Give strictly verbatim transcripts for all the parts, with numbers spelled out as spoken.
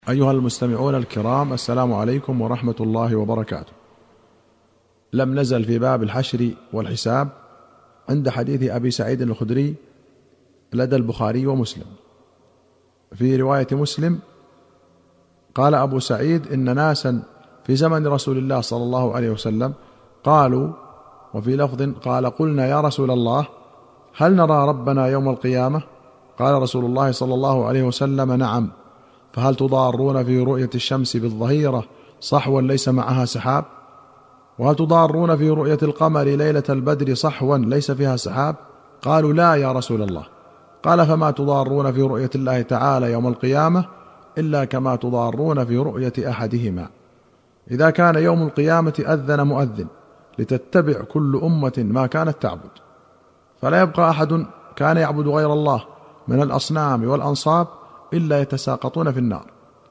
أيها المستمعون الكرام، السلام عليكم ورحمة الله وبركاته. لم نزل في باب الحشر والحساب عند حديث أبي سعيد الخدري لدى البخاري ومسلم. في رواية مسلم قال أبو سعيد: إن ناسا في زمن رسول الله صلى الله عليه وسلم قالوا، وفي لفظ قال: قلنا يا رسول الله هل نرى ربنا يوم القيامة؟ قال رسول الله صلى الله عليه وسلم: نعم، فهل تضارون في رؤية الشمس بالظهيرة صحوا ليس معها سحاب؟ وهل تضارون في رؤية القمر ليلة البدر صحوا ليس فيها سحاب؟ قالوا: لا يا رسول الله. قال: فما تضارون في رؤية الله تعالى يوم القيامة إلا كما تضارون في رؤية أحدهما. إذا كان يوم القيامة أذن مؤذن لتتبع كل أمة ما كانت تعبد، فلا يبقى أحد كان يعبد غير الله من الأصنام والأنصاب إلا يتساقطون في النار،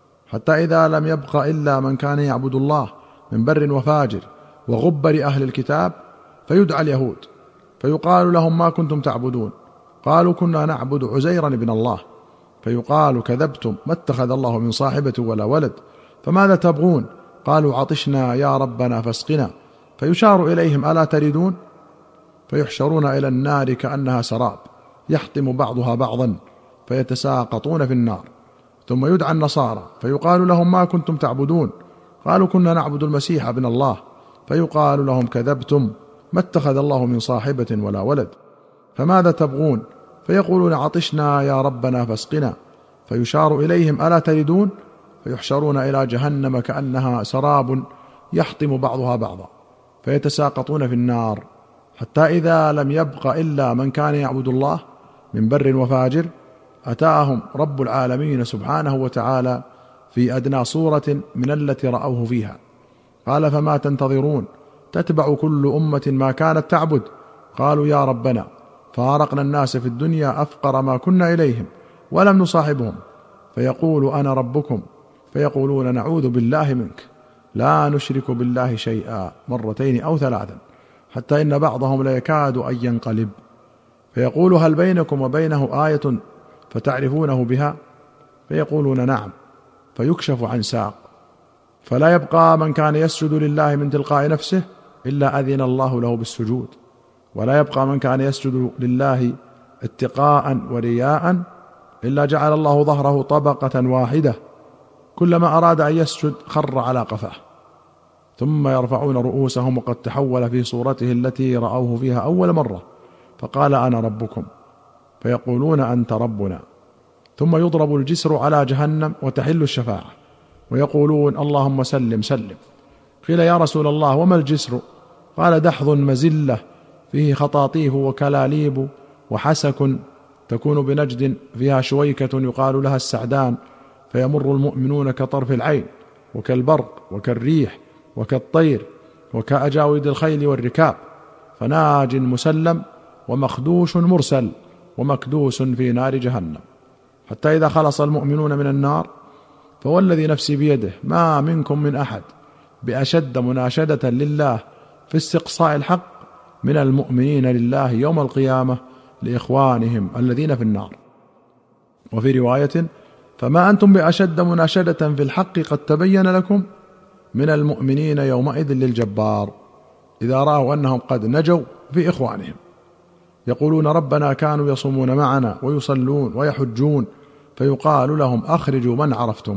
حتى إذا لم يبق إلا من كان يعبد الله من بر وفاجر وغبر أهل الكتاب، فيدعى اليهود فيقال لهم: ما كنتم تعبدون؟ قالوا: كنا نعبد عزيرا ابن الله. فيقال: كذبتم، ما اتخذ الله من صاحبة ولا ولد، فماذا تبغون؟ قالوا: عطشنا يا ربنا فاسقنا. فيشار إليهم: ألا تردون؟ فيحشرون إلى النار كأنها سراب يحطم بعضها بعضا، فيتساقطون في النار. ثم يدعى النصارى فيقال لهم: ما كنتم تعبدون؟ قالوا: كنا نعبد المسيح ابن الله. فيقال لهم: كذبتم، ما اتخذ الله من صاحبة ولا ولد، فماذا تبغون؟ فيقولون: عطشنا يا ربنا فاسقنا. فيشار إليهم: ألا تردون؟ فيحشرون إلى جهنم كأنها سراب يحطم بعضها بعضا، فيتساقطون في النار، حتى إذا لم يبق إلا من كان يعبد الله من بر وفاجر، أتاهم رب العالمين سبحانه وتعالى في أدنى صورة من التي رأوه فيها. قال: فما تنتظرون؟ تتبع كل أمة ما كانت تعبد. قالوا: يا ربنا فارقنا الناس في الدنيا أفقر ما كنا إليهم ولم نصاحبهم. فيقول: أنا ربكم. فيقولون: نعوذ بالله منك، لا نشرك بالله شيئا، مرتين أو ثلاثا، حتى إن بعضهم ليكاد أن ينقلب. فيقول: هل بينكم وبينه آية فتعرفونه بها؟ فيقولون: نعم. فيكشف عن ساق، فلا يبقى من كان يسجد لله من تلقاء نفسه إلا أذن الله له بالسجود، ولا يبقى من كان يسجد لله اتقاء ورياء إلا جعل الله ظهره طبقة واحدة، كلما أراد أن يسجد خر على قفاه، ثم يرفعون رؤوسهم وقد تحول في صورته التي رأوه فيها أول مرة، فقال: أنا ربكم. فيقولون: أنت ربنا. ثم يضرب الجسر على جهنم وتحل الشفاعة، ويقولون: اللهم سلم سلم. قيل: يا رسول الله وما الجسر؟ قال: دحض مزلة فيه خطاطيف وكلاليب وحسك، تكون بنجد فيها شويكة يقال لها السعدان، فيمر المؤمنون كطرف العين وكالبرق وكالريح وكالطير وكأجاود الخيل والركاب، فناج مسلم ومخدوش مرسل ومكدوس في نار جهنم، حتى إذا خلص المؤمنون من النار فوالذي نفسي بيده ما منكم من أحد بأشد مناشدة لله في استقصاء الحق من المؤمنين لله يوم القيامة لإخوانهم الذين في النار. وفي رواية: فما أنتم بأشد مناشدة في الحق قد تبين لكم من المؤمنين يومئذ للجبار، إذا رأوا أنهم قد نجوا في إخوانهم. يقولون: ربنا كانوا يصومون معنا ويصلون ويحجون، فيقال لهم: أخرجوا من عرفتم،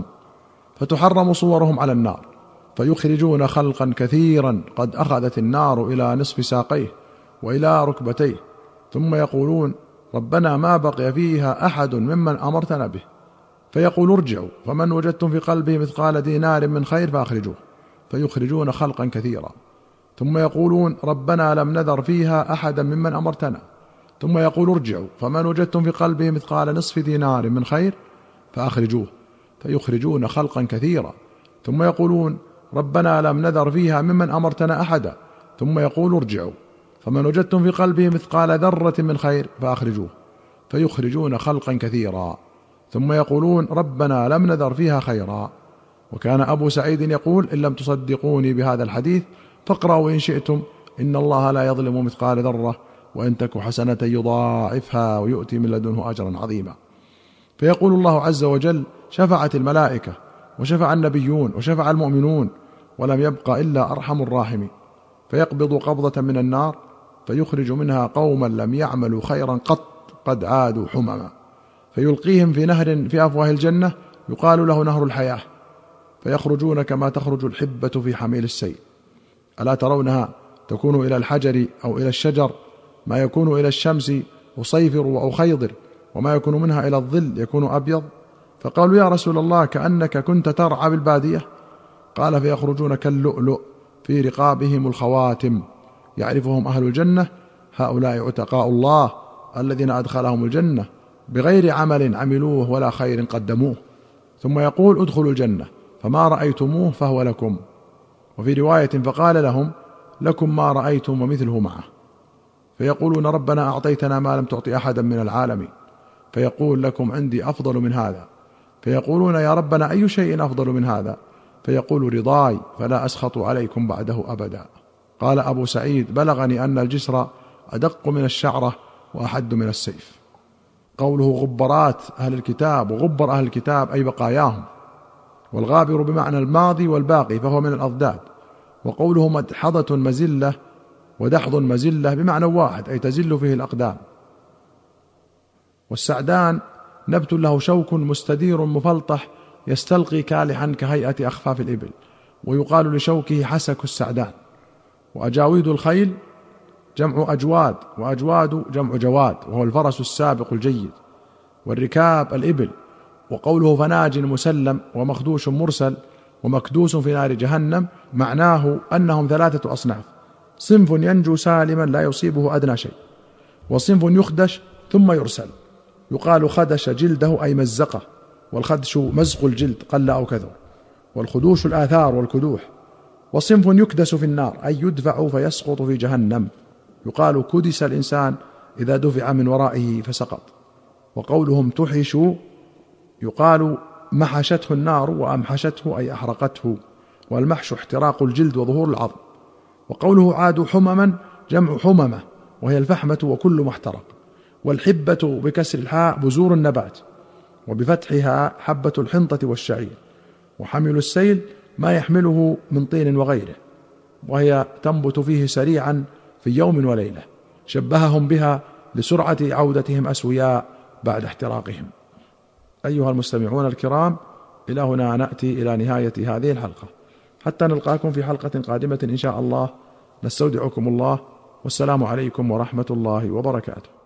فتحرم صورهم على النار، فيخرجون خلقا كثيرا قد أخذت النار إلى نصف ساقيه وإلى ركبتيه، ثم يقولون: ربنا ما بقي فيها أحد ممن أمرتنا به. فيقول: ارجعوا فمن وجدتم في قلبه مثقال دينار من خير فأخرجوه، فيخرجون خلقا كثيرا. ثم يقولون: ربنا لم نذر فيها أحدا ممن أمرتنا. ثم يقول: ارجعوا فمن وجدتم في قلبه مثقال نصف دينار من خير فأخرجوه، فيخرجون خلقا كثيرا. ثم يقولون: ربنا لم نذر فيها ممن أمرتنا أحدا. ثم يقول: ارجعوا فمن وجدتم في قلبه مثقال ذرة من خير فأخرجوه، فيخرجون خلقا كثيرا. ثم يقولون: ربنا لم نذر فيها خيرا. وكان أبو سعيد يقول: إن لم تصدقوني بهذا الحديث فاقرأوا إن شئتم، إن الله لا يظلم مثقال ذرة وإن تك حسنة يضاعفها ويؤتي من لدنه أجرا عظيما. فيقول الله عز وجل: شفعت الملائكة وشفع النبيون وشفع المؤمنون، ولم يبق إلا أرحم الراحمين، فيقبض قبضة من النار فيخرج منها قوما لم يعملوا خيرا قط قد عادوا حمما، فيلقيهم في نهر في أفواه الجنة يقال له نهر الحياة، فيخرجون كما تخرج الحبة في حميل السيل. ألا ترونها تكون إلى الحجر أو إلى الشجر ما يكون إلى الشمس أصيفر وأخيضر، وما يكون منها إلى الظل يكون أبيض. فقالوا يا رسول الله كأنك كنت ترعى بالبادية. قال فيخرجون كاللؤلؤ في رقابهم الخواتم، يعرفهم أهل الجنة، هؤلاء عتقاء الله الذين أدخلهم الجنة بغير عمل عملوه ولا خير قدموه، ثم يقول ادخلوا الجنة فما رأيتموه فهو لكم. وفي رواية فقال لهم لكم ما رأيتم ومثله معه، فيقولون ربنا أعطيتنا ما لم تعطي أحدا من العالمين، فيقول لكم عندي أفضل من هذا، فيقولون يا ربنا أي شيء أفضل من هذا؟ فيقول رضاي فلا أسخط عليكم بعده أبدا. قال أبو سعيد بلغني أن الجسر أدق من الشعرة وأحد من السيف. قوله غبرات أهل الكتاب، وغبر أهل الكتاب أي بقاياهم، والغابر بمعنى الماضي والباقي فهو من الأضداد. وقوله مدحضة مزلة ودحض مزلة بمعنى واحد أي تزل فيه الأقدام. والسعدان نبت له شوك مستدير مفلطح يستلقي كالحا كهيئة أخفاف الإبل، ويقال لشوكه حسك السعدان. وأجاويد الخيل جمع أجواد، وأجواد جمع جواد وهو الفرس السابق الجيد. والركاب الإبل. وقوله فناج مسلم ومخدوش مرسل ومكدوس في نار جهنم معناه أنهم ثلاثة أصناف: صنف ينجو سالما لا يصيبه أدنى شيء، وصنف يخدش ثم يرسل، يقال خدش جلده أي مزقه، والخدش مزق الجلد قل أو كثر، والخدوش الآثار والكدوح. وصنف يكدس في النار أي يدفع فيسقط في جهنم، يقال كدس الإنسان إذا دفع من ورائه فسقط. وقولهم تحشوا يقال محشته النار وأمحشته أي أحرقته، والمحش احتراق الجلد وظهور العظم. وقوله عادوا حمما جمع حممة وهي الفحمة وكل ما احترق. والحبة بكسر الحاء بذور النبات، وبفتحها حبة الحنطة والشعير. وحمل السيل ما يحمله من طين وغيره، وهي تنبت فيه سريعا في يوم وليلة، شبههم بها لسرعة عودتهم أسوياء بعد احتراقهم. أيها المستمعون الكرام، إلى هنا نأتي إلى نهاية هذه الحلقة، حتى نلقاكم في حلقة قادمة إن شاء الله. نستودعكم الله، والسلام عليكم ورحمة الله وبركاته.